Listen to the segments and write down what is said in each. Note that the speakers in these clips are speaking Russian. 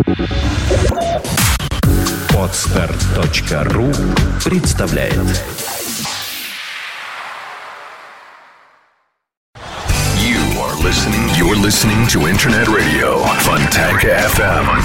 Podster.ru представляет. You're listening to Internet Radio Fontanka FM.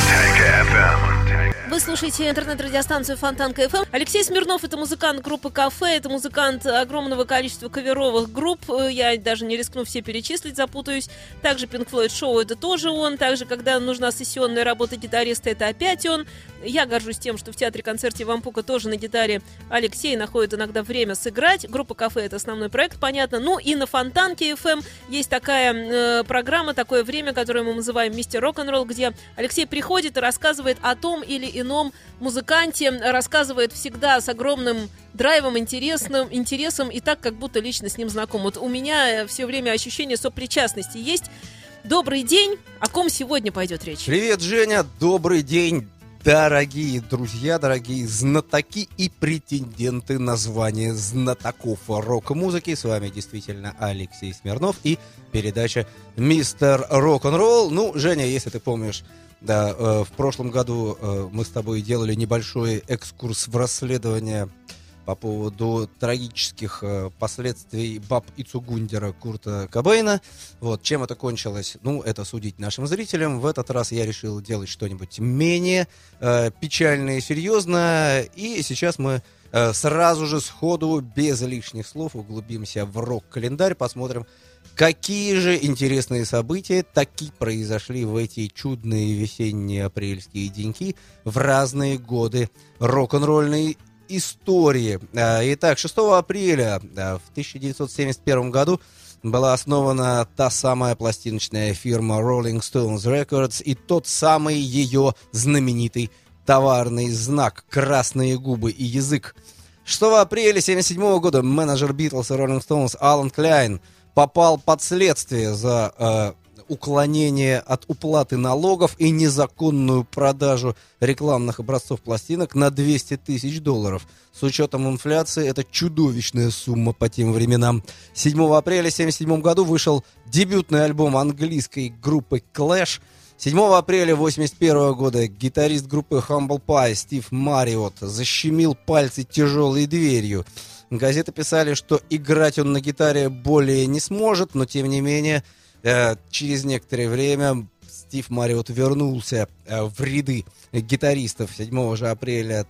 Вы слушаете интернет-радиостанцию Фонтанка ФМ. Алексей Смирнов — это музыкант группы «Кафе», это музыкант огромного количества каверовых групп. Я даже не рискну все перечислить, запутаюсь. Также Pink Floyd Show — это тоже он. Также, когда нужна сессионная работа гитариста, это опять он. Я горжусь тем, что в театре-концерте Вампука тоже на гитаре Алексей находит иногда время сыграть. Группа «Кафе» — это основной проект, понятно. Ну и на Фонтанке ФМ есть такая программа, такое время, которое мы называем «Мистер Рок-н-ролл», где Алексей приходит и рассказывает о том или ином музыканте, рассказывает всегда с огромным драйвом, интересом и так, как будто лично с ним знаком. Вот у меня все время ощущение сопричастности есть. Добрый день. О ком сегодня пойдет речь? Привет, Женя. Добрый день, дорогие друзья, дорогие знатоки и претенденты на звание знатоков рок-музыки. С вами действительно Алексей Смирнов и передача «Мистер Рок-н-ролл». Ну, Женя, если ты помнишь, да, в прошлом году мы с тобой делали небольшой экскурс в расследование по поводу трагических последствий Баб и Цугундера Курта Кобейна. Вот, чем это кончилось? Ну, это судить нашим зрителям. В этот раз я решил делать что-нибудь менее печальное и серьезное. И сейчас мы сразу же сходу, без лишних слов, углубимся в рок-календарь, посмотрим, какие же интересные события таки произошли в эти чудные весенние апрельские деньки в разные годы рок-н-ролльной истории. Итак, 6 апреля в 1971 году была основана та самая пластиночная фирма Rolling Stones Records и тот самый ее знаменитый товарный знак — красные губы и язык. 6 апреля 1977 года менеджер Битлз и Rolling Stones Алан Кляйн попал под следствие за уклонение от уплаты налогов и незаконную продажу рекламных образцов пластинок на $200 тысяч. С учетом инфляции это чудовищная сумма по тем временам. 7 апреля 1977 году вышел дебютный альбом английской группы Clash. 7 апреля 1981 года гитарист группы Humble Pie Стив Марриотт защемил пальцы тяжелой дверью. Газеты писали, что играть он на гитаре более не сможет, но тем не менее через некоторое время Стив Марриотт вернулся в ряды гитаристов. 7 же апреля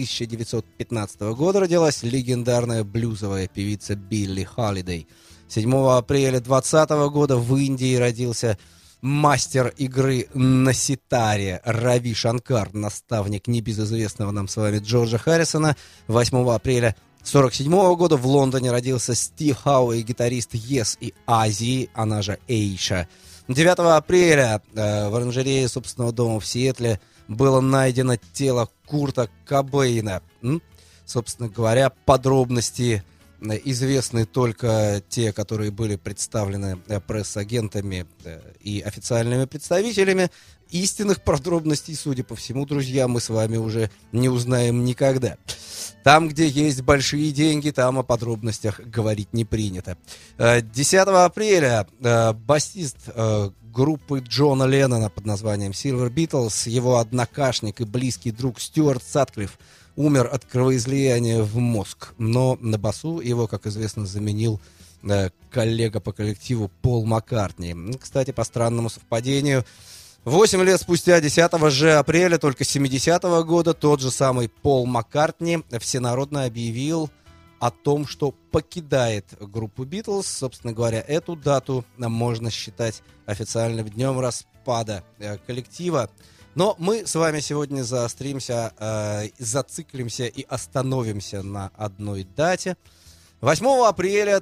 1915 года родилась легендарная блюзовая певица Билли Холидей. 7 апреля 2020 года в Индии родился мастер игры на ситаре Рави Шанкар, наставник небезызвестного нам с вами Джорджа Харрисона. 8 апреля 1947 года в Лондоне родился Стив Хауэй, гитарист Yes и Азии, она же Эйша. 9 апреля в оранжерее собственного дома в Сиэтле было найдено тело Курта Кобейна. Собственно говоря, подробности известны только те, которые были представлены пресс-агентами и официальными представителями. Истинных подробностей, судя по всему, друзья, мы с вами уже не узнаем никогда. Там, где есть большие деньги, там о подробностях говорить не принято. 10 апреля басист группы Джона Леннона под названием Silver Beatles, его однокашник и близкий друг Стюарт Сатклифф, умер от кровоизлияния в мозг. Но на басу его, как известно, заменил коллега по коллективу Пол Маккартни. Кстати, по странному совпадению, 8 лет спустя, 10 же апреля, только 70-го года, тот же самый Пол Маккартни всенародно объявил о том, что покидает группу Битлз. Собственно говоря, эту дату можно считать официальным днем распада коллектива. Но мы с вами сегодня заостримся, зациклимся и остановимся на одной дате. 8 апреля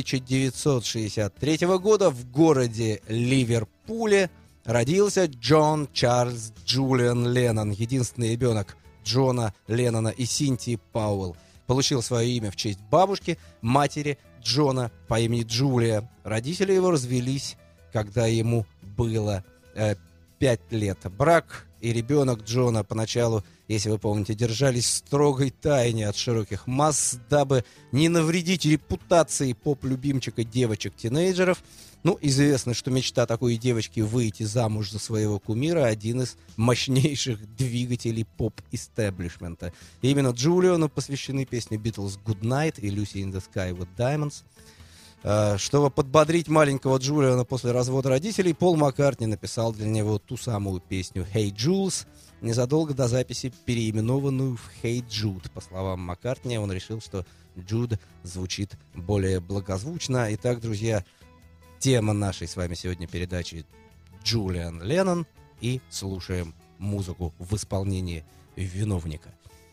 1963 года в городе Ливерпуле родился Джон Чарльз Джулиан Леннон, единственный ребенок Джона Леннона и Синтии Пауэлл. Получил свое имя в честь бабушки, матери Джона по имени Джулия. Родители его развелись, когда ему было 5 лет. Брак и ребенок Джона поначалу, если вы помните, держались в строгой тайне от широких масс, дабы не навредить репутации поп-любимчика девочек-тинейджеров. Ну, известно, что мечта такой девочки выйти замуж за своего кумира — один из мощнейших двигателей поп-истеблишмента. И именно Джулиану посвящены песни Beatles «Good Night» и «Lucy in the Sky with Diamonds». Чтобы подбодрить маленького Джулиана после развода родителей, Пол Маккартни написал для него ту самую песню «Hey Jules», незадолго до записи переименованную в «Hey Jude». По словам Маккартни, он решил, что «Jude» звучит более благозвучно. Итак, друзья, тема нашей с вами сегодня передачи Джулиан Леннон, и слушаем музыку в исполнении виновника.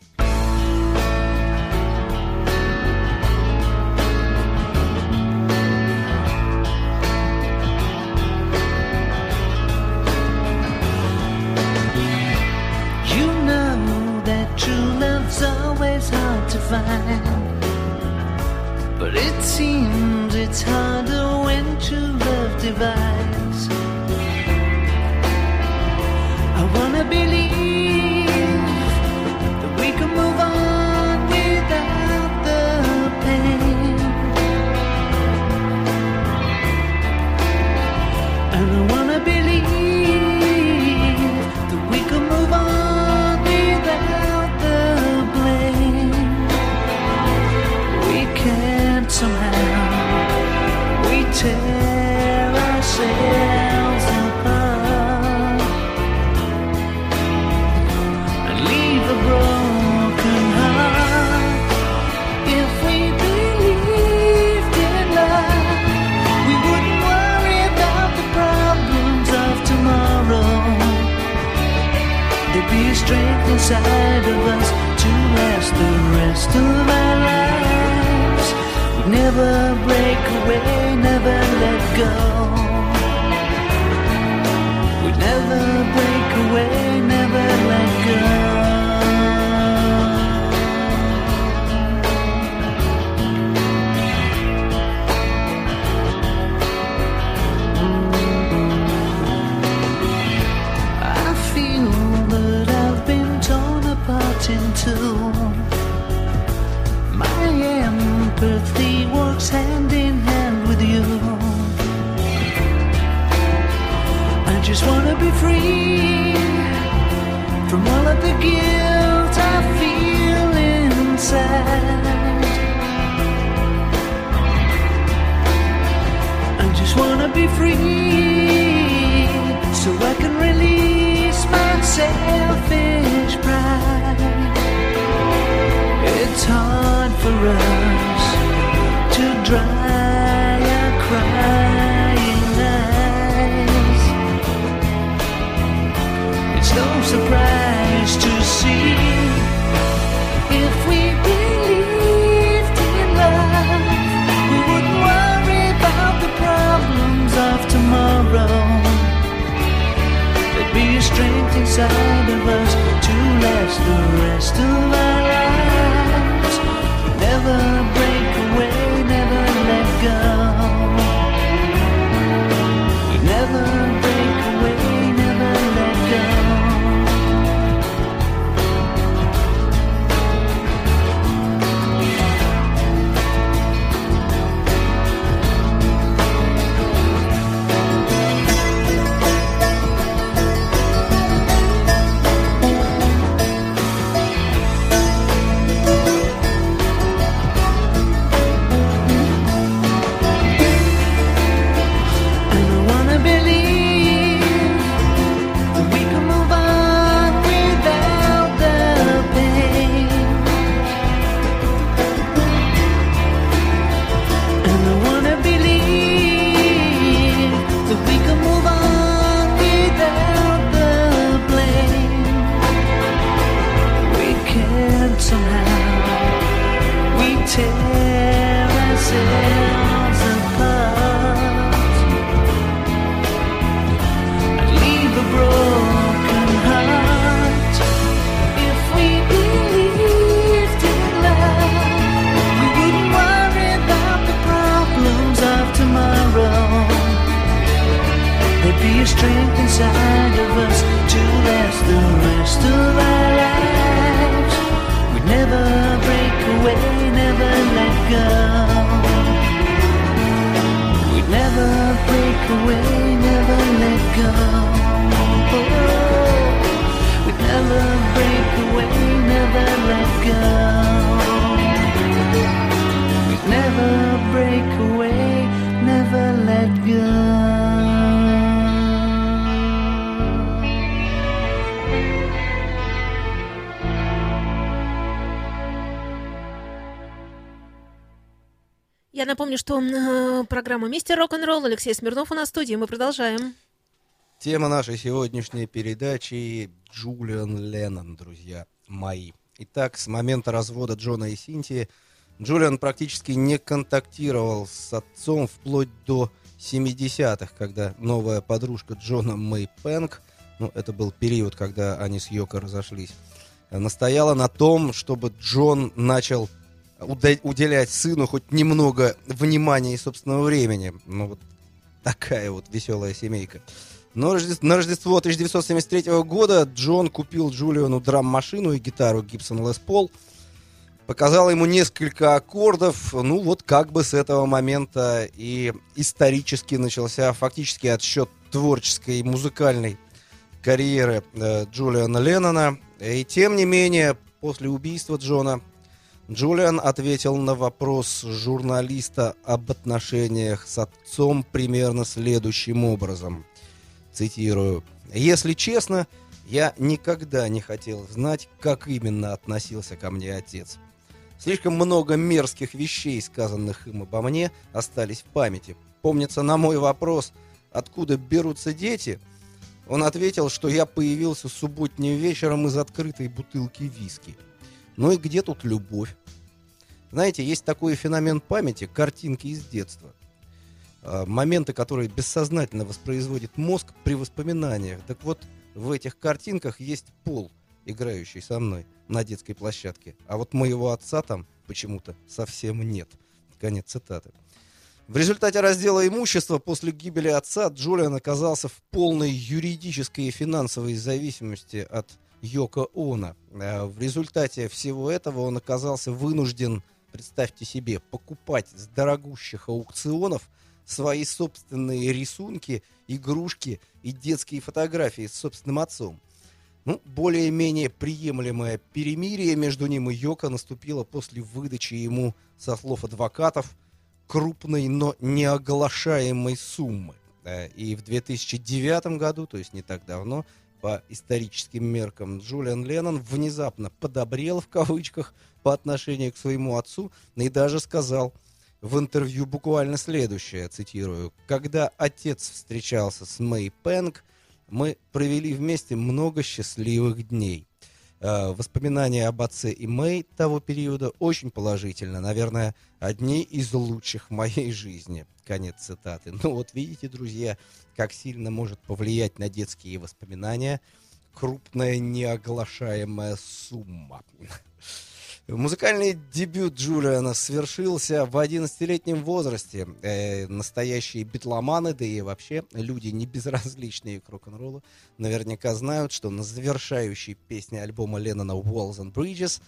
Always hard to find, but it seems it's harder when true love divides. I wanna believe that we can move on without the pain, and I wanna believe that we can move on. Somehow we tear ourselves apart and leave a broken heart. If we believed in love, we wouldn't worry about the problems of tomorrow. There'd be a strength inside of us to last the rest of our lives. Never break away, never let go. We'd never break away, never let go. I feel that I've been torn apart in two. My empathy works hand in hand with you. I just wanna be free from all of the guilt I feel inside. I just wanna be free so I can release my selfish pride. It's hard for us to dry our crying eyes. It's no surprise to see if we believed in love, we wouldn't worry about the problems of tomorrow. There'd be a strength inside of us to last the rest of our lives. Never break away, never let go. We never break away, never let go. Я напомню, что программа «Мистер Рок-н-ролл», Алексей Смирнов у нас в студии, мы продолжаем. Тема нашей сегодняшней передачи — Джулиан Леннон, друзья мои. Итак, с момента развода Джона и Синтии Джулиан практически не контактировал с отцом вплоть до 70-х, когда новая подружка Джона, Мэй Пэнк, это был период, когда они с Йоко разошлись, настояла на том, чтобы Джон начал уделять сыну хоть немного внимания и собственного времени. Вот такая вот веселая семейка. Но на Рождество 1973 года Джон купил Джулиану драм-машину и гитару Gibson Les Paul, показал ему несколько аккордов. Как бы с этого момента и исторически начался фактически отсчет творческой и музыкальной карьеры Джулиана Леннона. И тем не менее, после убийства Джона, Джулиан ответил на вопрос журналиста об отношениях с отцом примерно следующим образом. Цитирую: «Если честно, я никогда не хотел знать, как именно относился ко мне отец. Слишком много мерзких вещей, сказанных им обо мне, остались в памяти. Помнится, на мой вопрос, откуда берутся дети, он ответил, что я появился субботним вечером из открытой бутылки виски. Ну и где тут любовь? Знаете, есть такой феномен памяти, картинки из детства. Моменты, которые бессознательно воспроизводит мозг при воспоминаниях. Так вот, в этих картинках есть Пол, играющий со мной на детской площадке. А вот моего отца там почему-то совсем нет». Конец цитаты. В результате раздела имущества после гибели отца Джулиан оказался в полной юридической и финансовой зависимости от Йоко Оно. В результате всего этого он оказался вынужден, представьте себе, покупать с дорогущих аукционов свои собственные рисунки, игрушки и детские фотографии с собственным отцом. Более-менее приемлемое перемирие между ним и Йоко наступило после выдачи ему, со слов адвокатов, крупной, но неоглашаемой суммы. И в 2009 году, то есть не так давно, по историческим меркам, Джулиан Леннон внезапно «подобрел» в кавычках по отношению к своему отцу и даже сказал в интервью буквально следующее, цитирую: «Когда отец встречался с Мэй Пэнк, мы провели вместе много счастливых дней. Воспоминания об отце и Мэй того периода очень положительны. Наверное, одни из лучших в моей жизни». Конец цитаты. Видите, друзья, как сильно может повлиять на детские воспоминания крупная неоглашаемая сумма. Музыкальный дебют Джулиана свершился в 11-летнем возрасте. Настоящие битломаны, да и вообще люди, не безразличные к рок-н-роллу, наверняка знают, что на завершающей песне альбома Леннона «Walls and Bridges»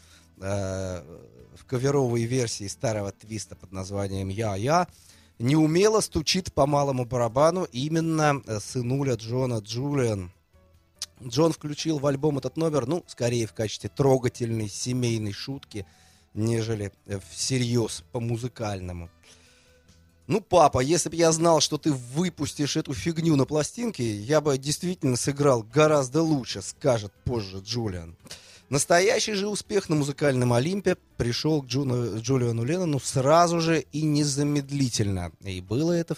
в каверовой версии старого твиста под названием «Я-Я» неумело стучит по малому барабану именно сынуля Джона Джулиан. Джон включил в альбом этот номер, скорее в качестве трогательной семейной шутки, нежели всерьез по-музыкальному. «Папа, если бы я знал, что ты выпустишь эту фигню на пластинке, я бы действительно сыграл гораздо лучше», скажет позже Джулиан. Настоящий же успех на музыкальном Олимпе пришел к Джулиану Леннону сразу же и незамедлительно. И было это в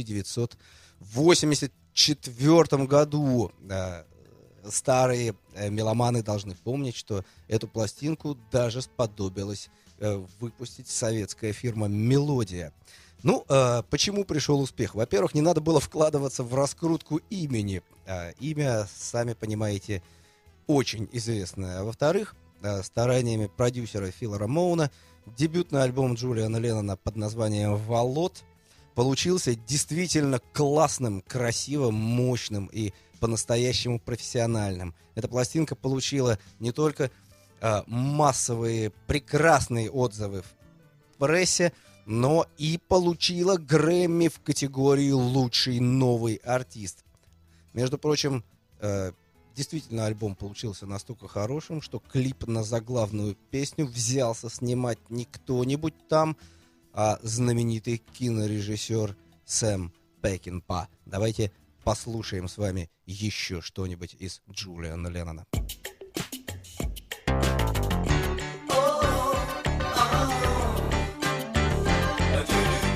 1984 году. Старые меломаны должны помнить, что эту пластинку даже сподобилась выпустить советская фирма «Мелодия». Почему пришел успех? Во-первых, не надо было вкладываться в раскрутку имени. Имя, сами понимаете, очень известное. А во-вторых, стараниями продюсера Фила Рамоуна дебютный альбом Джулиана Леннона под названием «Валот» получился действительно классным, красивым, мощным и по-настоящему профессиональным. Эта пластинка получила не только массовые прекрасные отзывы в прессе, но и получила Грэмми в категории «Лучший новый артист». Между прочим, действительно альбом получился настолько хорошим, что клип на заглавную песню взялся снимать не кто-нибудь там, а знаменитый кинорежиссер Сэм Пекинпа. Давайте послушаем с вами еще что-нибудь из Джулиана Леннона. Oh, oh, oh.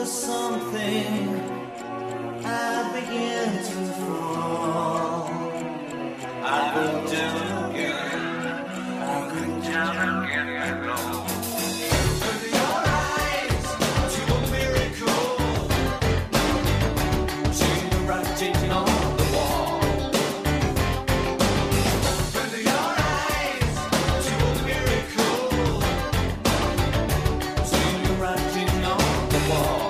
something, I begin to fall. I go down again, I go down again, I go. With your eyes to a miracle, see the writing on the wall. With your eyes to a miracle, see the writing on the wall.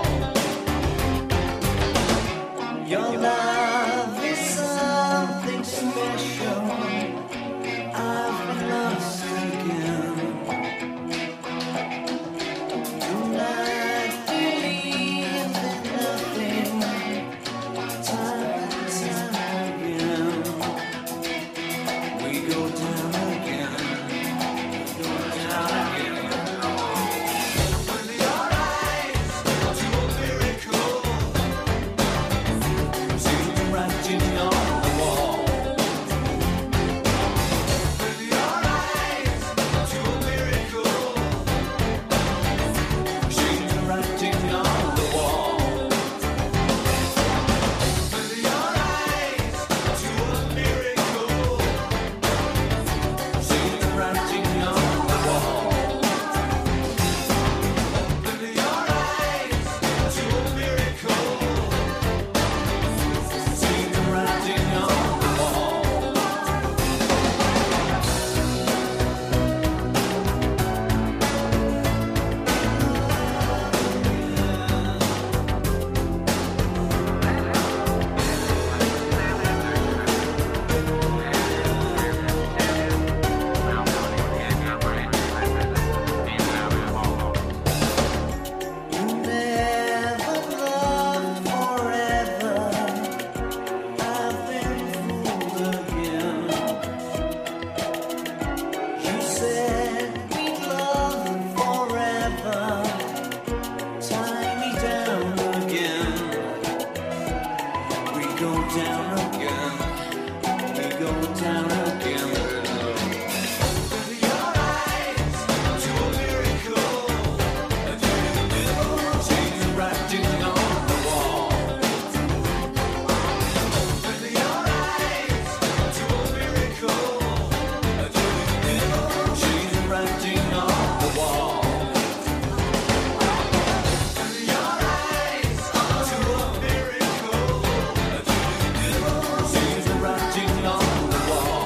Your love is something special. I've been lost again. Tonight believe in nothing. Time and time again. We go down again. We go down again. With your eyes to a miracle, see the writing on the wall. With your eyes to a miracle, see the writing on the wall. With your eyes to a miracle, see the writing on the wall. With your eyes to a miracle, see the writing on the wall. You never loved forever. I've been fooled again. You said we'd love forever. Tie me down again. We go down again. We go down again. With your eyes to a miracle, see the writing on the wall. With your eyes to a miracle, see the writing on the wall. With your eyes to a miracle, see the writing on the wall.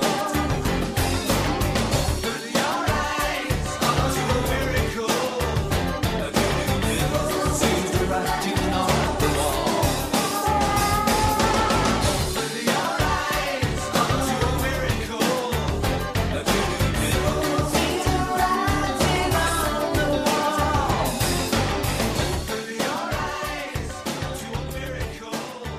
With your eyes to a miracle, see the writing on the wall. With your eyes to a miracle, see the writing on the wall. With your eyes to a miracle.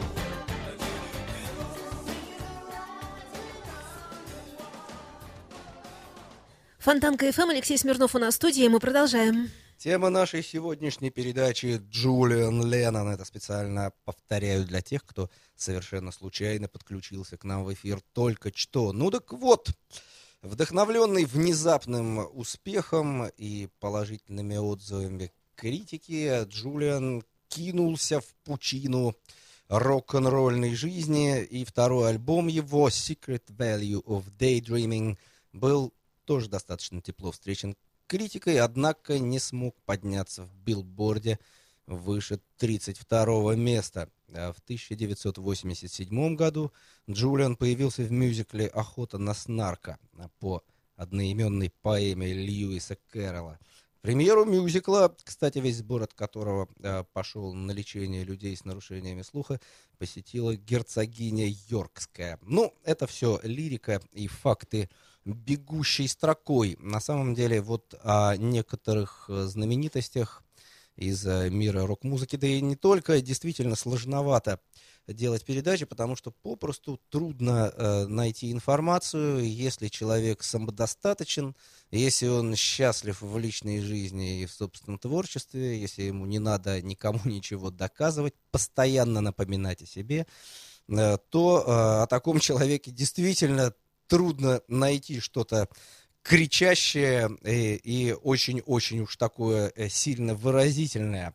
Фонтанка ФМ, Алексей Смирнов у нас в студии, и мы продолжаем. Тема нашей сегодняшней передачи Джулиан Леннон. Это специально повторяю для тех, кто совершенно случайно подключился к нам в эфир только что. Ну так вот, вдохновленный внезапным успехом и положительными отзывами критики, Джулиан кинулся в пучину рок-н-ролльной жизни, и второй альбом его, Secret Value of Daydreaming, был тоже достаточно тепло встречен критикой, однако не смог подняться в билборде выше 32-го места. В 1987 году Джулиан появился в мюзикле «Охота на снарка» по одноименной поэме Льюиса Кэрролла. Премьеру мюзикла, кстати, весь сбор от которого пошел на лечение людей с нарушениями слуха, посетила герцогиня Йоркская. Ну, это все лирика и факты бегущей строкой. На самом деле, вот о некоторых знаменитостях из мира рок-музыки, да и не только, действительно сложновато делать передачи, потому что попросту трудно найти информацию, если человек самодостаточен, если он счастлив в личной жизни и в собственном творчестве, если ему не надо никому ничего доказывать, постоянно напоминать о себе, то о таком человеке действительно трудно найти что-то кричащее и очень-очень уж такое сильно выразительное.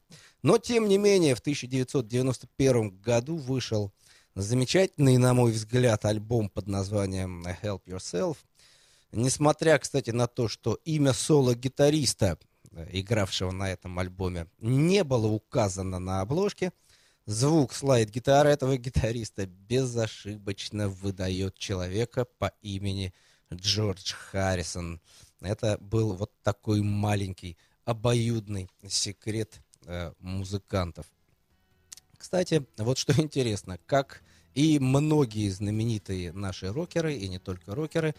Но, тем не менее, в 1991 году вышел замечательный, на мой взгляд, альбом под названием Help Yourself. Несмотря, кстати, на то, что имя соло-гитариста, игравшего на этом альбоме, не было указано на обложке, звук слайд-гитары этого гитариста безошибочно выдает человека по имени Джордж Харрисон. Это был вот такой маленький обоюдный секрет музыкантов. Кстати, вот что интересно, как и многие знаменитые наши рокеры, и не только рокеры,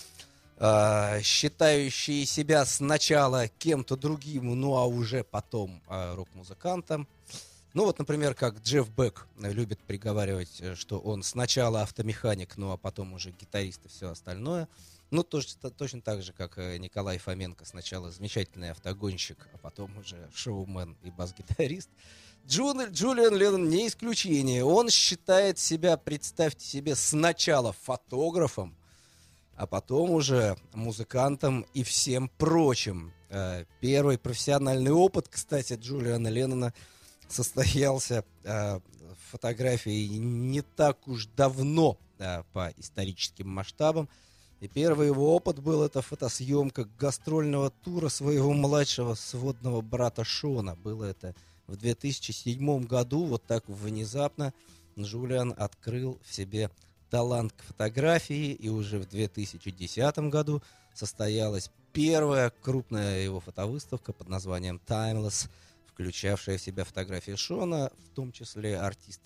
считающие себя сначала кем-то другим, ну а уже потом рок-музыкантом. Ну вот, например, как Джефф Бек любит приговаривать, что он сначала автомеханик, ну а потом уже гитарист и все остальное. Ну точно так же, как Николай Фоменко сначала замечательный автогонщик, а потом уже шоумен и бас-гитарист. Джулиан Леннон не исключение. Он считает себя, представьте себе, сначала фотографом, а потом уже музыкантом и всем прочим. Первый профессиональный опыт, кстати, Джулиана Леннона состоялся в фотографии не так уж давно по историческим масштабам. И первый его опыт был это фотосъемка гастрольного тура своего младшего сводного брата Шона. Было это в 2007 году. Вот так внезапно Джулиан открыл в себе талант к фотографии, и уже в 2010 году состоялась первая крупная его фотовыставка под названием Timeless, включавшая в себя фотографии Шона, в том числе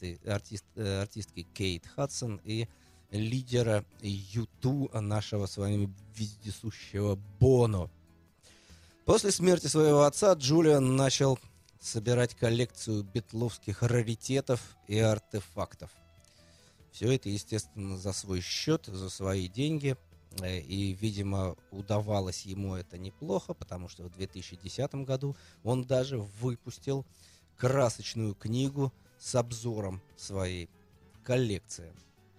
артистки Кейт Хадсон и лидера U2, нашего с вами вездесущего Боно. После смерти своего отца Джулиан начал собирать коллекцию битловских раритетов и артефактов. Все это, естественно, за свой счет, за свои деньги. И, видимо, удавалось ему это неплохо, потому что в 2010 году он даже выпустил красочную книгу с обзором своей коллекции.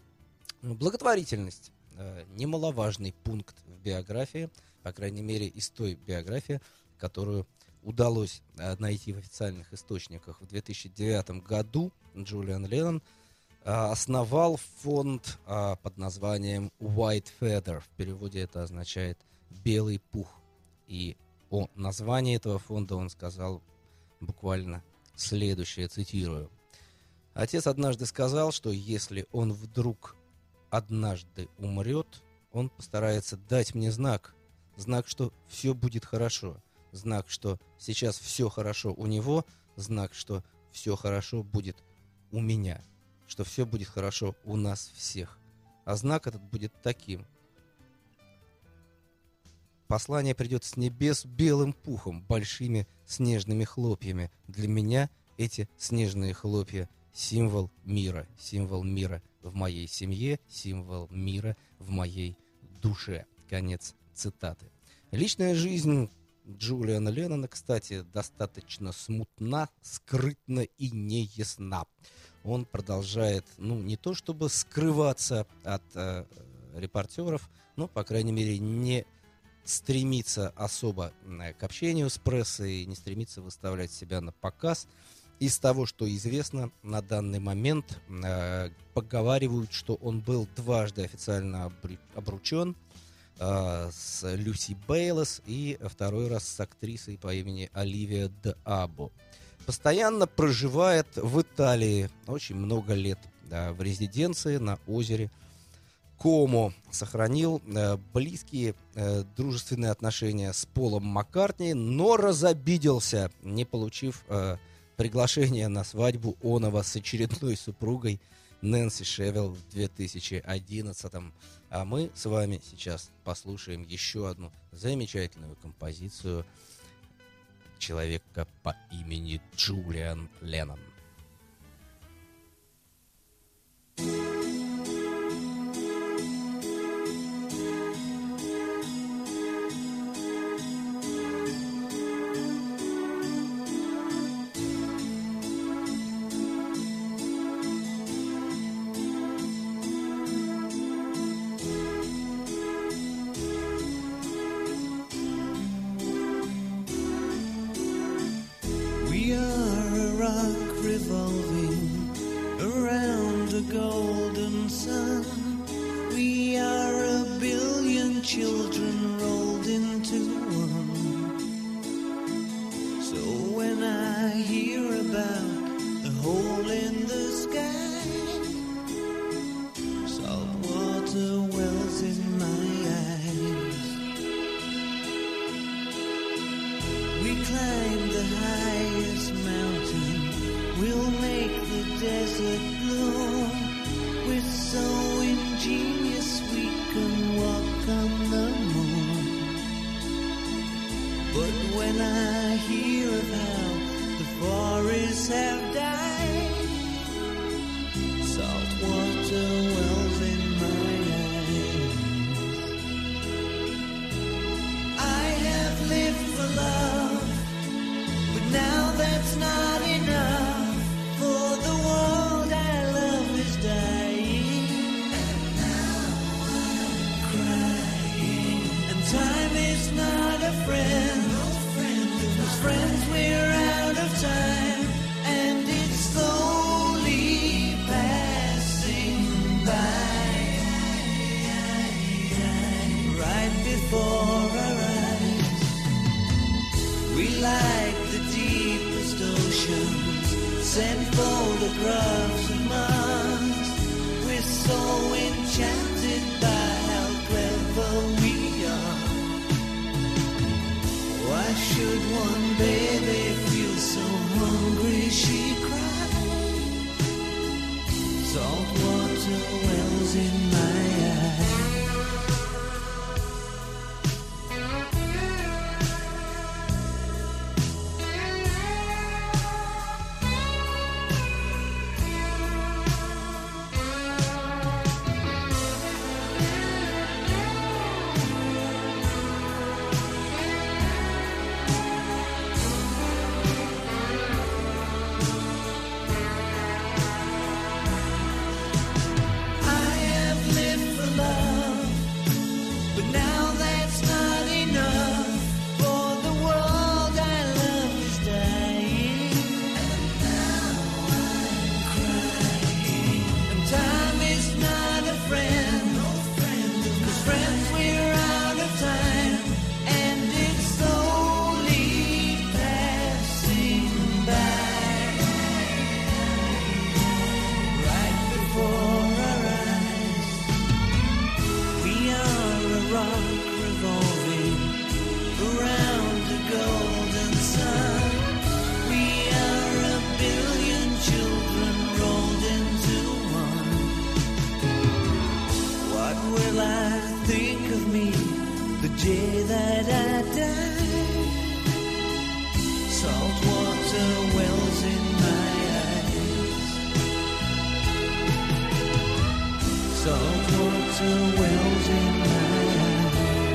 Благотворительность – немаловажный пункт в биографии, по крайней мере, из той биографии, которую удалось найти в официальных источниках. В 2009 году Джулиан Леннон основал фонд под названием White Feather. В переводе это означает «белый пух». И о названии этого фонда он сказал буквально следующее, цитирую. «Отец однажды сказал, что если он вдруг однажды умрет, он постарается дать мне знак, что все будет хорошо, знак, что сейчас все хорошо у него, знак, что все хорошо будет у меня, что все будет хорошо у нас всех. А знак этот будет таким. Послание придет с небес белым пухом, большими снежными хлопьями. Для меня эти снежные хлопья — символ мира в моей семье, символ мира в моей душе». Конец цитаты. Личная жизнь Джулиана Леннона, кстати, достаточно смутна, скрытна и неясна. Он продолжает, не то чтобы скрываться от репортеров, но, по крайней мере, не стремится особо к общению с прессой, не стремится выставлять себя на показ. Из того, что известно на данный момент, поговаривают, что он был дважды официально обручен с Люси Бейлос и второй раз с актрисой по имени Оливия де Або. Постоянно проживает в Италии очень много лет, в резиденции на озере Комо. Сохранил близкие дружественные отношения с Полом Маккартни, но разобиделся, не получив приглашение на свадьбу оного с очередной супругой Нэнси Шевилл в 2011-м. А мы с вами сейчас послушаем еще одну замечательную композицию человека по имени Джулиан Леннон. We are rock revolving around a golden sun. We are a billion children rolled into one. So when I hear about the hole in the sky, salt water wells in my eyes. We climb the highest mountain, we'll make the desert bloom. We're so ingenious we can walk on the moon. But when I hear of how the forests have died, salt water wells in my eyes. I have lived for love, but now that's not enough. For the world I love is dying, and now I'm crying. And time is not a friend, because friends we're out of time, and it's slowly passing by, right before our eyes. We like the deepest oceans, send photographs of Mars. We're so enchanted by how clever we are. Why should one baby feel so hungry she cries? Salt water wells in my eyes. Day that I die, salt water wells in my eyes. Salt water wells in my eyes.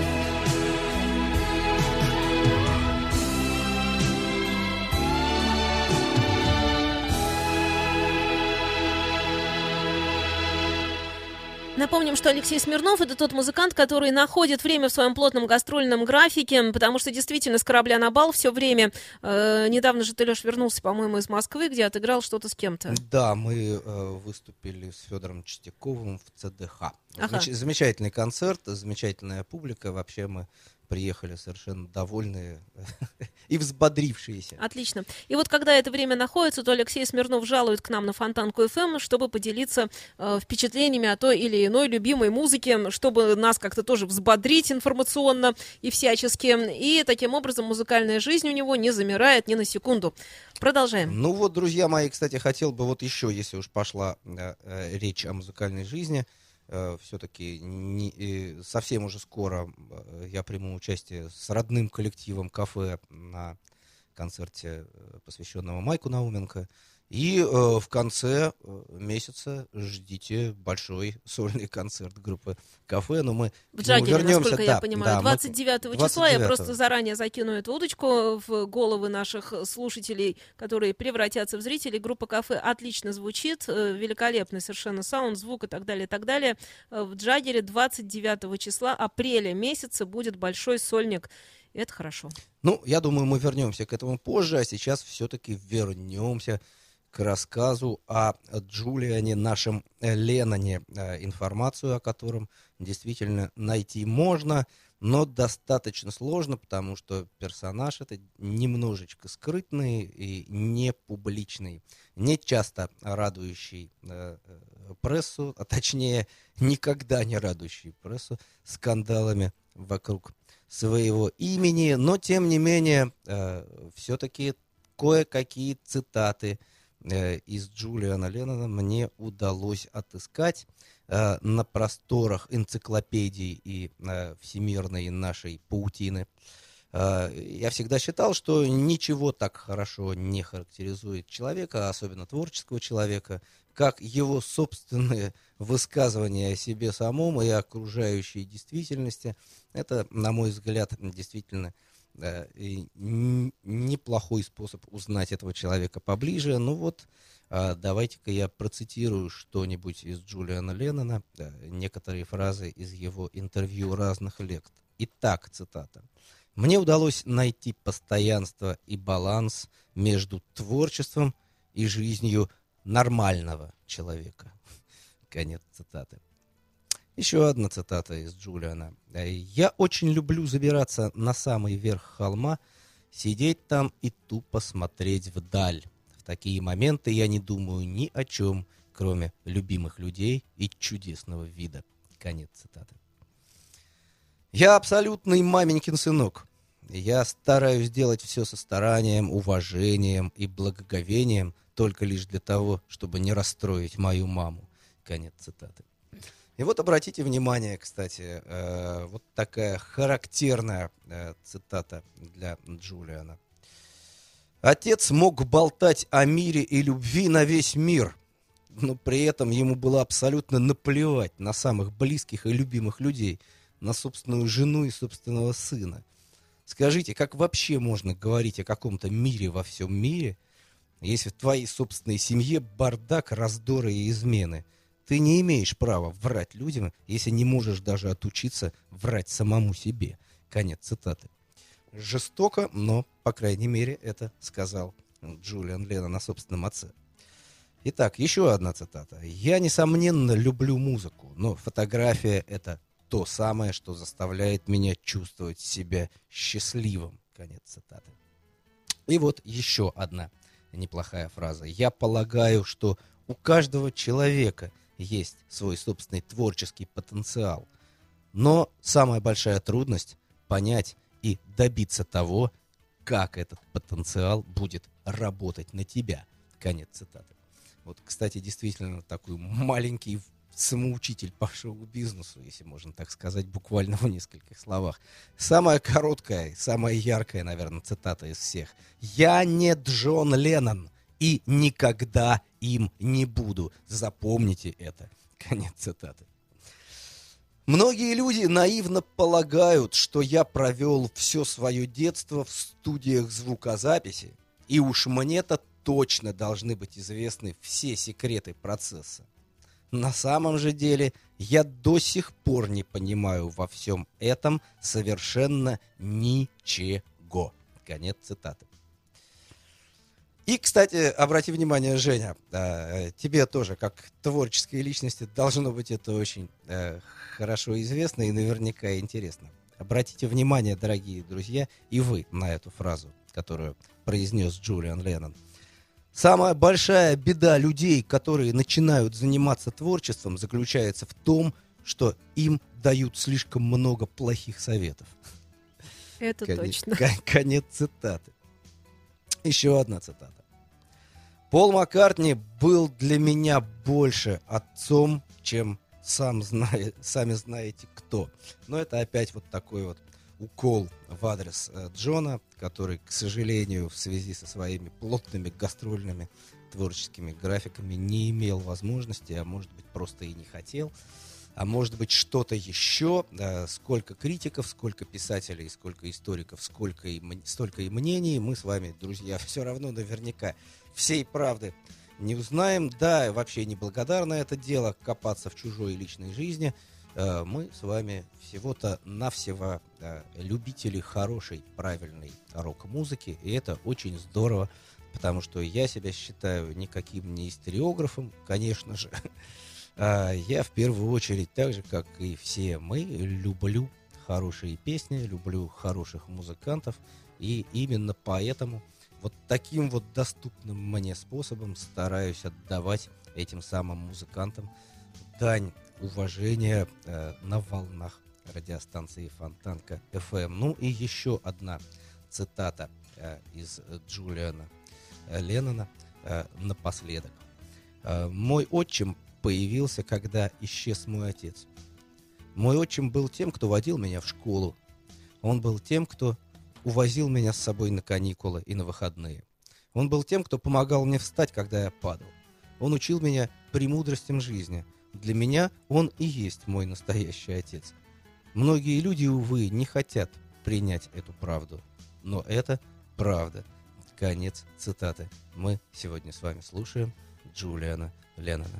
Напомним, что Алексей Смирнов — это тот музыкант, который находит время в своем плотном гастрольном графике, потому что действительно с корабля на бал все время. Недавно же ты, Леш, вернулся, по-моему, из Москвы, где отыграл что-то с кем-то. Да, мы выступили с Федором Чистяковым в ЦДХ. Ага. Замечательный концерт, замечательная публика. Вообще мы приехали совершенно довольные и взбодрившиеся. Отлично. И вот когда это время находится, то Алексей Смирнов жалует к нам на Фонтанку ФМ, чтобы поделиться впечатлениями о той или иной любимой музыке, чтобы нас как-то тоже взбодрить информационно и всячески. И таким образом музыкальная жизнь у него не замирает ни на секунду. Продолжаем. Ну вот, друзья мои, кстати, хотел бы вот еще, если уж пошла речь о музыкальной жизни, все-таки совсем уже скоро я приму участие с родным коллективом «Кафе» на концерте, посвященного Майку Науменко. И в конце месяца ждите большой сольный концерт группы «Кафе». Но мы в Джаггере, вернемся, насколько я понимаю, 29 числа. Я просто заранее закину эту удочку в головы наших слушателей, которые превратятся в зрителей. Группа «Кафе» отлично звучит, великолепный совершенно саунд, звук и так далее, и так далее. В Джаггере 29 числа апреля месяца будет большой сольник. И это хорошо. Ну, я думаю, мы вернемся к этому позже, а сейчас все-таки вернемся к рассказу о Джулиане, нашем Ленноне, информацию о котором действительно найти можно, но достаточно сложно, потому что персонаж это немножечко скрытный и не публичный, не часто радующий прессу, а точнее никогда не радующий прессу скандалами вокруг своего имени, но тем не менее все-таки кое-какие цитаты из Джулиана Леннона мне удалось отыскать на просторах энциклопедий и всемирной нашей паутины. Я всегда считал, что ничего так хорошо не характеризует человека, особенно творческого человека, как его собственные высказывания о себе самом и окружающей действительности. Это, на мой взгляд, действительно неплохой способ узнать этого человека поближе. Ну вот, давайте-ка я процитирую что-нибудь из Джулиана Леннона, некоторые фразы из его интервью разных лет. Итак, цитата. «Мне удалось найти постоянство и баланс между творчеством и жизнью нормального человека». Конец цитаты. Еще одна цитата из Джулиана. «Я очень люблю забираться на самый верх холма, сидеть там и тупо смотреть вдаль. В такие моменты я не думаю ни о чем, кроме любимых людей и чудесного вида». Конец цитаты. «Я абсолютный маменькин сынок. Я стараюсь делать все со старанием, уважением и благоговением, только лишь для того, чтобы не расстроить мою маму». Конец цитаты. И вот обратите внимание, кстати, вот такая характерная цитата для Джулиана. «Отец мог болтать о мире и любви на весь мир, но при этом ему было абсолютно наплевать на самых близких и любимых людей, на собственную жену и собственного сына. Скажите, как вообще можно говорить о каком-то мире во всем мире, если в твоей собственной семье бардак, раздоры и измены? Ты не имеешь права врать людям, если не можешь даже отучиться врать самому себе». Конец цитаты. Жестоко, но, по крайней мере, это сказал Джулиан Леннон о собственном отце. Итак, еще одна цитата. «Я, несомненно, люблю музыку, но фотография — это то самое, что заставляет меня чувствовать себя счастливым». Конец цитаты. И вот еще одна неплохая фраза. «Я полагаю, что у каждого человека есть свой собственный творческий потенциал. Но самая большая трудность — понять и добиться того, как этот потенциал будет работать на тебя». Конец цитаты. Вот, кстати, действительно такой маленький самоучитель по шоу-бизнесу, если можно так сказать, буквально в нескольких словах. Самая короткая, самая яркая, наверное, цитата из всех. «Я не Джон Леннон и никогда им не буду. Запомните это». Конец цитаты. Многие люди наивно полагают, что я провел все свое детство в студиях звукозаписи, и уж мне-то точно должны быть известны все секреты процесса. На самом же деле я до сих пор не понимаю во всем этом совершенно ничего. Конец цитаты. И, кстати, обрати внимание, Женя, тебе тоже, как творческой личности, должно быть это очень хорошо известно и наверняка интересно. Обратите внимание, дорогие друзья, и вы на эту фразу, которую произнес Джулиан Леннон. Самая большая беда людей, которые начинают заниматься творчеством, заключается в том, что им дают слишком много плохих советов. Это точно. Конец цитаты. Еще одна цитата. «Пол Маккартни был для меня больше отцом, чем сами знаете кто». Но это опять вот такой вот укол в адрес Джона, который, к сожалению, в связи со своими плотными гастрольными творческими графиками не имел возможности, а может быть просто и не хотел, а может быть что-то еще. Сколько критиков, сколько писателей, сколько историков, столько и мнений. Мы с вами, друзья, все равно наверняка всей правды не узнаем. Да, вообще неблагодарно это дело, копаться в чужой личной жизни. Мы с вами всего-то навсего любители хорошей, правильной рок-музыки, и это очень здорово, потому что я себя считаю никаким не историографом, конечно же. Я в первую очередь, так же, как и все мы, люблю хорошие песни, люблю хороших музыкантов, и именно поэтому вот таким вот доступным мне способом стараюсь отдавать этим самым музыкантам дань уважения на волнах радиостанции Фонтанка FM. Ну и еще одна цитата из Джулиана Леннона напоследок. «Мой отчим появился, когда исчез мой отец. Мой отчим был тем, кто водил меня в школу. Он был тем, кто увозил меня с собой на каникулы и на выходные. Он был тем, кто помогал мне встать, когда я падал. Он учил меня премудростям жизни. Для меня он и есть мой настоящий отец. Многие люди, увы, не хотят принять эту правду. Но это правда». Конец цитаты. Мы сегодня с вами слушаем Джулиана Леннона.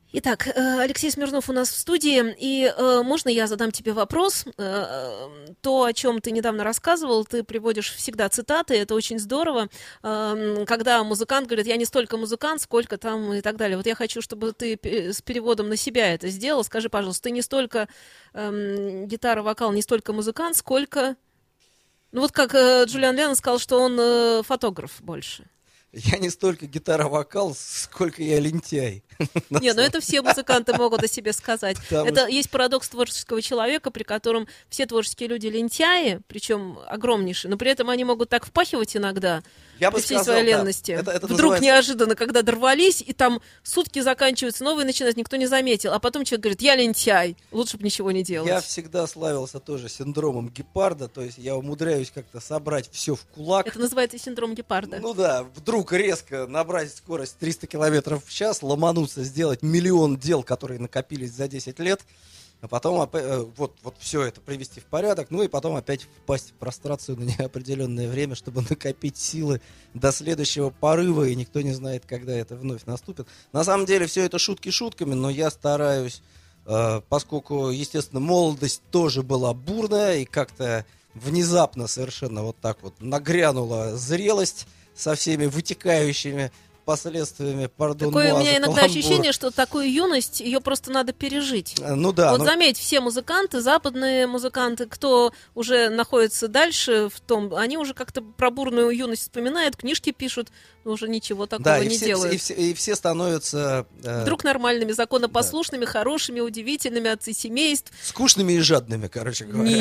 Итак, Алексей Смирнов у нас в студии, и можно я задам тебе вопрос? То, о чем ты недавно рассказывал, ты приводишь всегда цитаты, это очень здорово, когда музыкант говорит, я не столько музыкант, сколько там и так далее. Вот я хочу, чтобы ты с переводом на себя это сделал. Скажи, пожалуйста, ты не столько гитара, вокал, не столько музыкант, сколько... Ну вот как Джулиан Леннон сказал, что он фотограф больше. Я не столько гитара-вокал, сколько я лентяй. Не, ну это все музыканты могут о себе сказать. Это есть парадокс творческого человека, при котором все творческие люди лентяи, причем огромнейшие, но при этом они могут так впахивать иногда, при всей своей ленности. Вдруг называется... неожиданно, когда дорвались, и там сутки заканчиваются, новые начинают, никто не заметил. А потом человек говорит, я лентяй, лучше бы ничего не делать. Я всегда славился тоже синдромом гепарда, то есть я умудряюсь как-то собрать все в кулак. Это называется синдром гепарда. Ну да, вдруг резко набрать скорость 300 км в час, ломануться, сделать миллион дел, которые накопились за 10 лет, а потом вот все это привести в порядок, ну и потом опять впасть в прострацию на неопределенное время, чтобы накопить силы до следующего порыва, и никто не знает, когда это вновь наступит. На самом деле все это шутки шутками, но я стараюсь, поскольку, естественно, молодость тоже была бурная, и как-то внезапно совершенно вот так вот нагрянула зрелость со всеми вытекающими последствиями, Такое у меня иногда ощущение, что такую юность, ее просто надо пережить. Ну да. Вот заметь, все музыканты, западные музыканты, кто уже находится дальше в том, они уже как-то про бурную юность вспоминают, книжки пишут, но уже ничего такого не делают. И все становятся... Вдруг нормальными, законопослушными, хорошими, удивительными, отцы семейств. Скучными и жадными, короче говоря.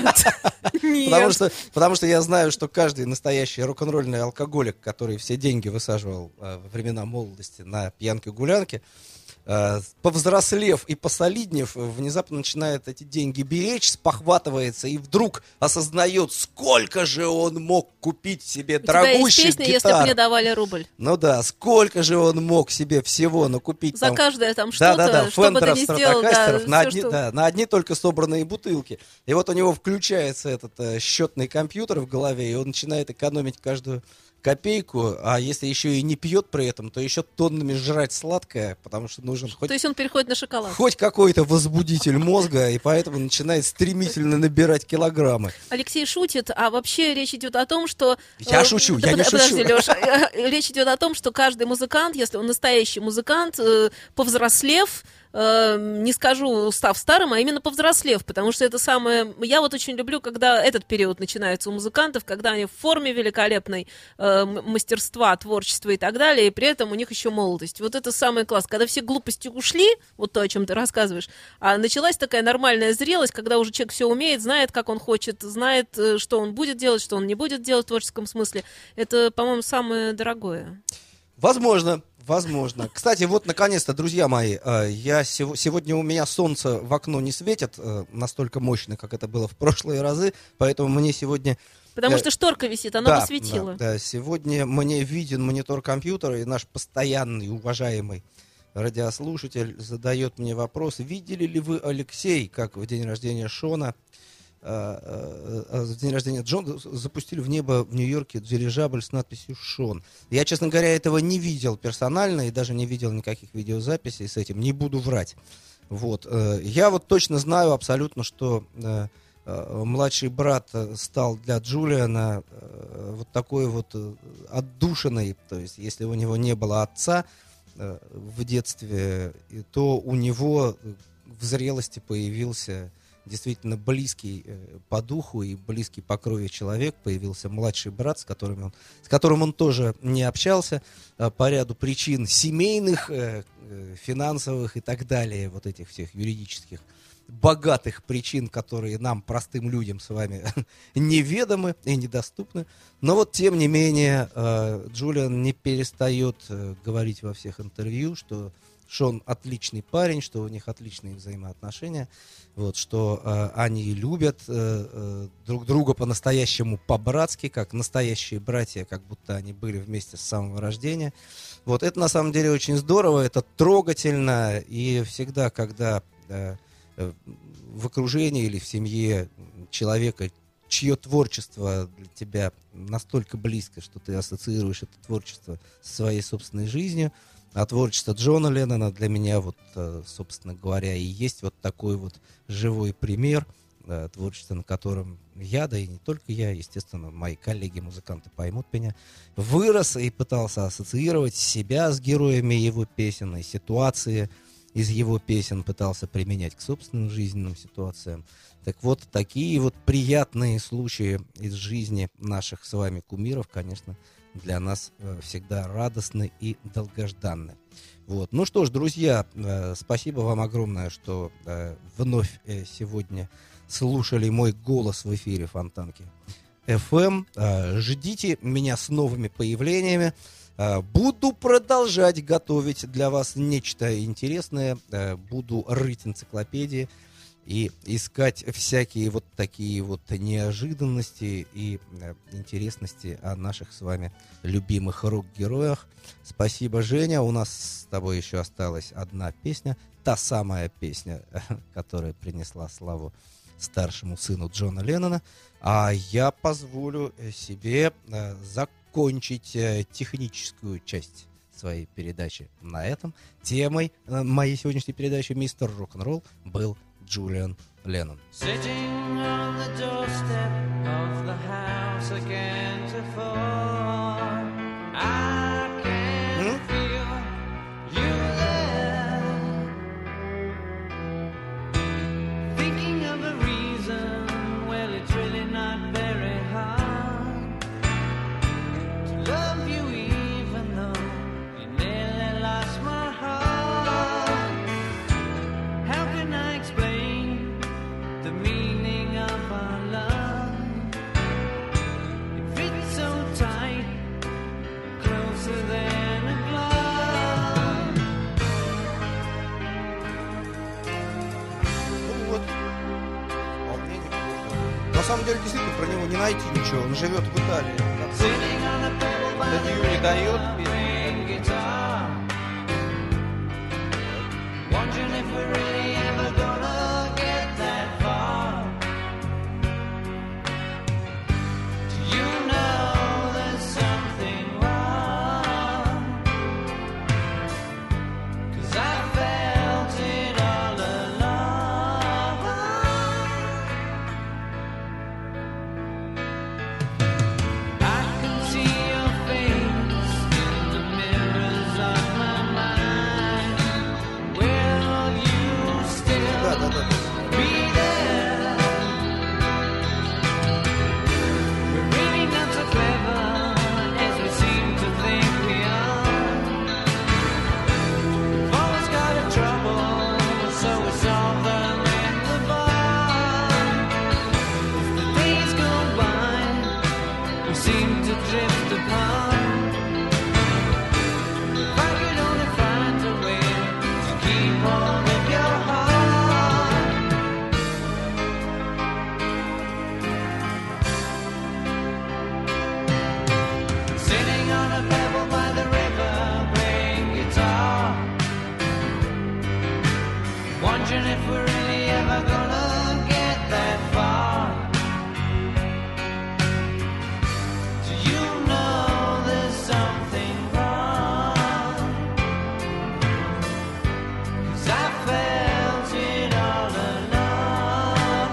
Нет. Потому что я знаю, что каждый настоящий рок-н-ролльный алкоголик, который все деньги высаживал во времена молодости на пьянке-гулянке, повзрослев и посолиднев, внезапно начинает эти деньги беречь, спохватывается и вдруг осознает, сколько же он мог купить себе дорогущих гитар. Песня, если бы мне давали рубль. Ну да, сколько же он мог себе всего накупить. За каждое там что-то, что бы ты ни сделал. На одни только собранные бутылки. И вот у него включается этот счетный компьютер в голове, и он начинает экономить каждую копейку, а если еще и не пьет при этом, то еще тоннами жрать сладкое, потому что нужен То есть он переходит на шоколад. Хоть какой-то возбудитель мозга, и поэтому начинает стремительно набирать килограммы. Алексей шутит, а вообще речь идет о том, что... Я шучу, я не шучу. Подожди, Леша, речь идет о том, что каждый музыкант, если он настоящий музыкант, повзрослев, не скажу, став старым, а именно повзрослев, потому что это самое... Я вот очень люблю, когда этот период начинается у музыкантов, когда они в форме великолепной, мастерства, творчества и так далее, и при этом у них еще молодость. Вот это самый класс. Когда все глупости ушли, вот то, о чем ты рассказываешь, а началась такая нормальная зрелость, когда уже человек все умеет, знает, как он хочет, знает, что он будет делать, что он не будет делать в творческом смысле. Это, по-моему, самое дорогое. Возможно. Кстати, вот, наконец-то, друзья мои, сегодня у меня солнце в окно не светит настолько мощно, как это было в прошлые разы, поэтому мне сегодня... Потому что шторка висит, она посветила. Да, сегодня мне виден монитор компьютера, и наш постоянный, уважаемый радиослушатель задает мне вопрос, видели ли вы, Алексей, как в день рождения Шона, в день рождения Джона запустили в небо в Нью-Йорке дирижабль с надписью «Шон». Я, честно говоря, этого не видел персонально и даже не видел никаких видеозаписей с этим, не буду врать. Вот. Я вот точно знаю абсолютно, что младший брат стал для Джулиана вот такой вот отдушиной, то есть если у него не было отца в детстве, то у него в зрелости появился действительно близкий по духу и близкий по крови человек, появился младший брат, с которым он тоже не общался по ряду причин семейных, финансовых и так далее, вот этих всех юридических богатых причин, которые нам, простым людям с вами, неведомы и недоступны. Но вот, тем не менее, Джулиан не перестает говорить во всех интервью, что Шон отличный парень, что у них отличные взаимоотношения, вот, что они любят друг друга по-настоящему по-братски, как настоящие братья, как будто они были вместе с самого рождения. Вот, это на самом деле очень здорово, это трогательно, и всегда, когда в окружении или в семье человека, чье творчество для тебя настолько близко, что ты ассоциируешь это творчество со своей собственной жизнью, А творчество Джона Леннона для меня, вот, собственно говоря, и есть вот такой вот живой пример творчества, на котором я, да и не только я, естественно, мои коллеги-музыканты поймут меня, вырос и пытался ассоциировать себя с героями его песен и ситуации из его песен пытался применять к собственным жизненным ситуациям. Так вот, такие вот приятные случаи из жизни наших с вами кумиров, конечно, для нас всегда радостны и долгожданны. Вот. Ну что ж, друзья, спасибо вам огромное, что вновь сегодня слушали мой голос в эфире Фонтанки FM. Ждите меня с новыми появлениями. Буду продолжать готовить для вас нечто интересное. Буду рыть энциклопедии и искать всякие вот такие вот неожиданности и интересности о наших с вами любимых рок-героях. Спасибо, Женя. У нас с тобой еще осталась одна песня. Та самая песня, которая принесла славу старшему сыну Джона Леннона. А я позволю себе закончить техническую часть своей передачи на этом. Темой моей сегодняшней передачи «Мистер Рок-н-ролл» был Джулиан Леннон. Sitting on the doorstep of the house again to fall, I can feel you there, thinking of a reason. Well, it's really not very hard to love you even though you nearly lost my heart. How can I explain the meaning of our love? It fits so tight, closer than a glove. Ну вот, вполне неплохо. На самом деле, действительно, про него не найти ничего. Он живет в Италии. Sitting on a pebble by the Интервью не дает. string guitar, wondering if we're really ever gonna get that far. Do you know there's something wrong? 'Cause I felt it all along. I can see your face in the mirrors of my mind. Will you still Да. be there? We're really not so clever as we seem to think we are. We've always got a trouble, so we solve them in the bar. As the days go by, we seem to drift apart. If I could only find a way to keep hold of your heart. Sitting on a pebble by the river, playing guitar, wondering if we're really ever gonna get that far. Do you know there's something wrong? 'Cause I felt it all along.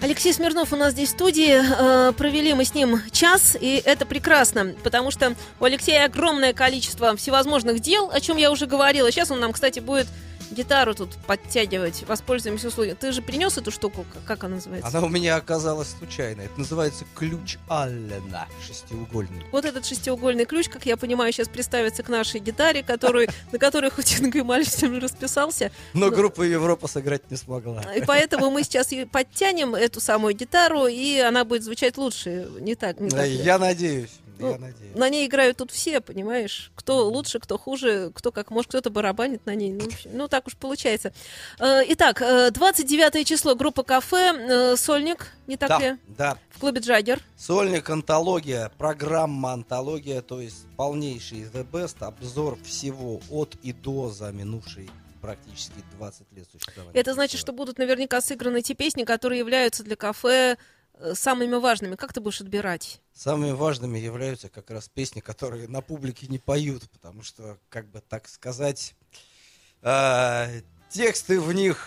Алексей Смирнов у нас здесь в студии. Провели мы с ним час, и это прекрасно, потому что у Алексея огромное количество всевозможных дел, о чем я уже говорила. Сейчас он нам, кстати, будет гитару тут подтягивать. Воспользуемся услугой. Ты же принес эту штуку? Как она называется? Она у меня оказалась случайно. Это называется ключ Аллена, шестиугольный. Вот этот шестиугольный ключ, как я понимаю, сейчас приставится к нашей гитаре, на которой хоть Инга Мальчик расписался. Но группа Европа сыграть не смогла. И поэтому мы сейчас и подтянем эту самую гитару, и она будет звучать лучше. Не так ли? Я надеюсь. На ней играют тут все, понимаешь? Кто лучше, кто хуже, кто как может, кто-то барабанит на ней. Ну, так уж получается. Итак, 29 число, группа «Кафе», «Сольник», не так ли? Да. В клубе «Джаггер». «Сольник», антология, программа антология, то есть полнейший The Best, обзор всего от и до за минувший практически 20 лет существования. Это значит, что будут наверняка сыграны те песни, которые являются для «Кафе» самыми важными. Как ты будешь отбирать? Самыми важными являются как раз песни, которые на публике не поют, потому что, как бы так сказать, тексты в них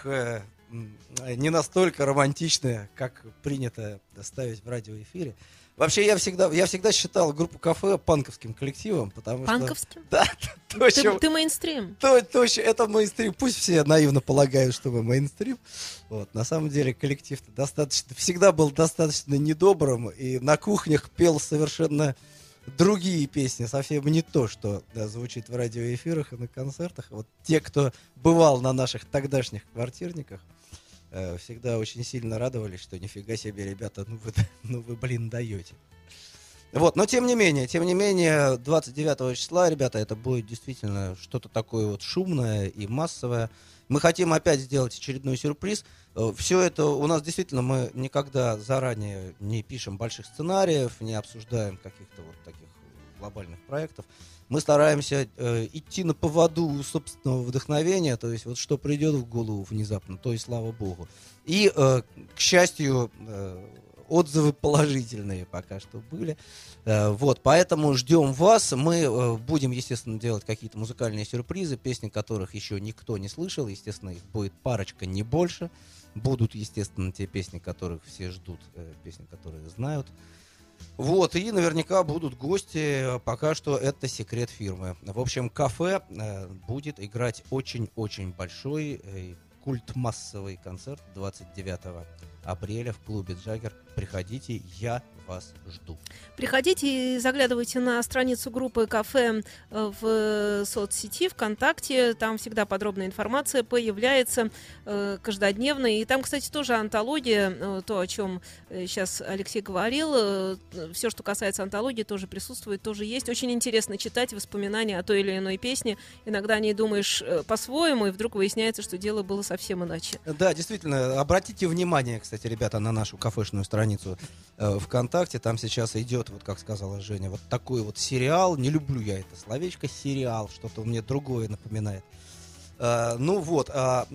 не настолько романтичные, как принято ставить в радиоэфире. Вообще, я всегда считал группу «Кафе» панковским коллективом, потому что... Панковским? Да, точно. Ты мейнстрим. Точно, это мейнстрим. Пусть все наивно полагают, что мы мейнстрим. Вот, на самом деле коллектив-то всегда был достаточно недобрым, и на кухнях пел совершенно другие песни, совсем не то, что звучит в радиоэфирах и на концертах. Вот те, кто бывал на наших тогдашних квартирниках, всегда очень сильно радовались, что нифига себе, ребята, ну вы, блин, даете. Вот, но тем не менее, 29 числа, ребята, это будет действительно что-то такое вот шумное и массовое. Мы хотим опять сделать очередной сюрприз. Все это у нас действительно, мы никогда заранее не пишем больших сценариев, не обсуждаем каких-то вот таких глобальных проектов. Мы стараемся идти на поводу собственного вдохновения, то есть вот что придет в голову внезапно, то и слава богу. И, к счастью, отзывы положительные пока что были. Вот, поэтому ждем вас. Мы будем, естественно, делать какие-то музыкальные сюрпризы, песни которых еще никто не слышал. Естественно, их будет парочка, не больше. Будут, естественно, те песни, которых все ждут, песни, которые знают. Вот, и наверняка будут гости, пока что это секрет фирмы. В общем, «Кафе» будет играть очень-очень большой культмассовый концерт 29 апреля в клубе «Джаггер». Приходите, я вас жду. Приходите и заглядывайте на страницу группы «Кафе» в соцсети, ВКонтакте. Там всегда подробная информация появляется каждодневно. И там, кстати, тоже антология, то, о чем сейчас Алексей говорил. Все, что касается антологии, тоже присутствует, тоже есть. Очень интересно читать воспоминания о той или иной песне. Иногда о ней думаешь по-своему, и вдруг выясняется, что дело было совсем иначе. Да, действительно. Обратите внимание, кстати, ребята, на нашу кафешную страницу ВКонтакте. Там сейчас идет, вот как сказала Женя, вот такой вот сериал. Не люблю я это словечко сериал, что-то мне другое напоминает. Ну вот,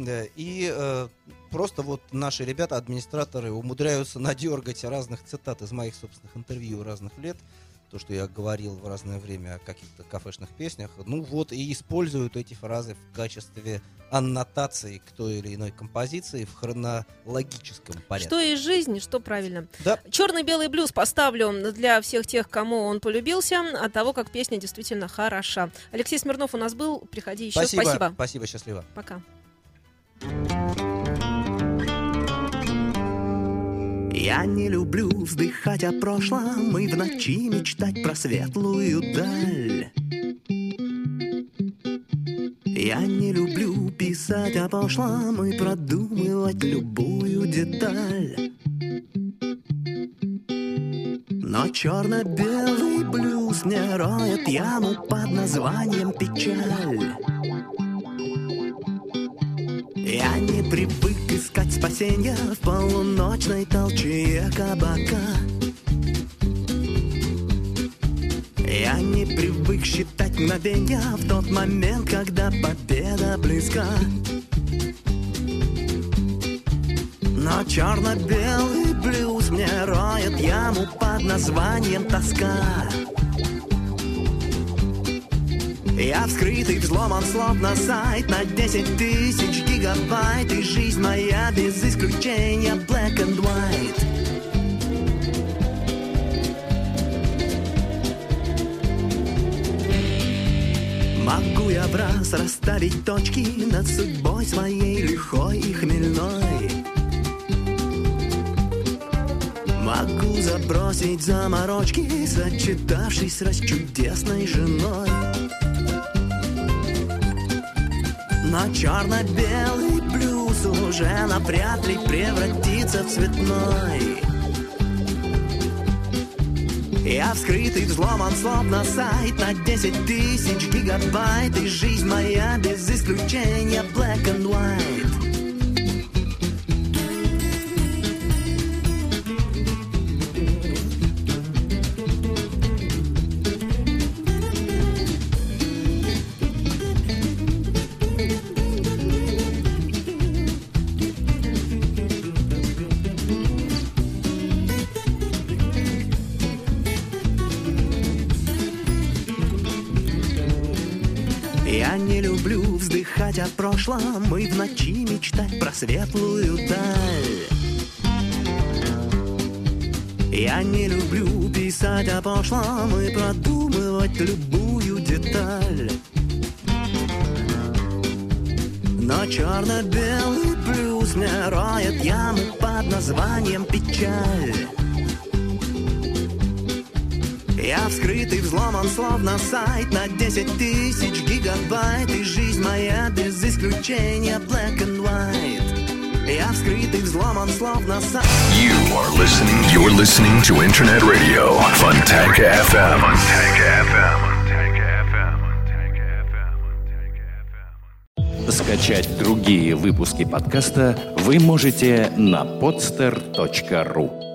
просто вот наши ребята, администраторы, умудряются надергать разных цитат из моих собственных интервью разных лет. То, что я говорил в разное время о каких-то кафешных песнях. Ну вот, и используют эти фразы в качестве аннотации к той или иной композиции в хронологическом порядке. Что из жизни, что правильно. Да. «Черно-белый блюз» поставлю для всех тех, кому он полюбился, от того, как песня действительно хороша. Алексей Смирнов у нас был. Приходи еще. Спасибо. Спасибо, счастливо. Пока. Я не люблю вздыхать о прошлом и в ночи мечтать про светлую даль. Я не люблю писать о прошлом и продумывать любую деталь. Но черно-белый блюз мне роет яму под названием печаль. Я не привык искать спасенья в полуночной толчее кабака. Я не привык считать мгновенья в тот момент, когда победа близка. Но черно-белый блюз мне роет яму под названием тоска. Я вскрытый, взломан словно сайт на 10 000 гигабайт. И жизнь моя без исключения black and white. Могу я в раз расставить точки над судьбой своей лихой и хмельной. Могу забросить заморочки, сочетавшись с расчудесной женой. Но черно-белый блюз уже навряд ли превратится в цветной. Я вскрытый, взломан, словно сайт на 10 тысяч гигабайт. И жизнь моя без исключения black and white. Я не люблю вздыхать о прошлом и в ночи мечтать про светлую даль. Я не люблю писать о прошлом и продумывать любую деталь. Но черно-белый блюз мне роет яму под названием печаль. Я вскрытый, взломан, словно сайт на 10 тысяч гигабайт. И жизнь моя без исключения black and white. Я вскрытый, взломан, словно сайт. You're listening to Internet Radio, Fontanka FM. Скачать другие выпуски подкаста вы можете на podster.ru.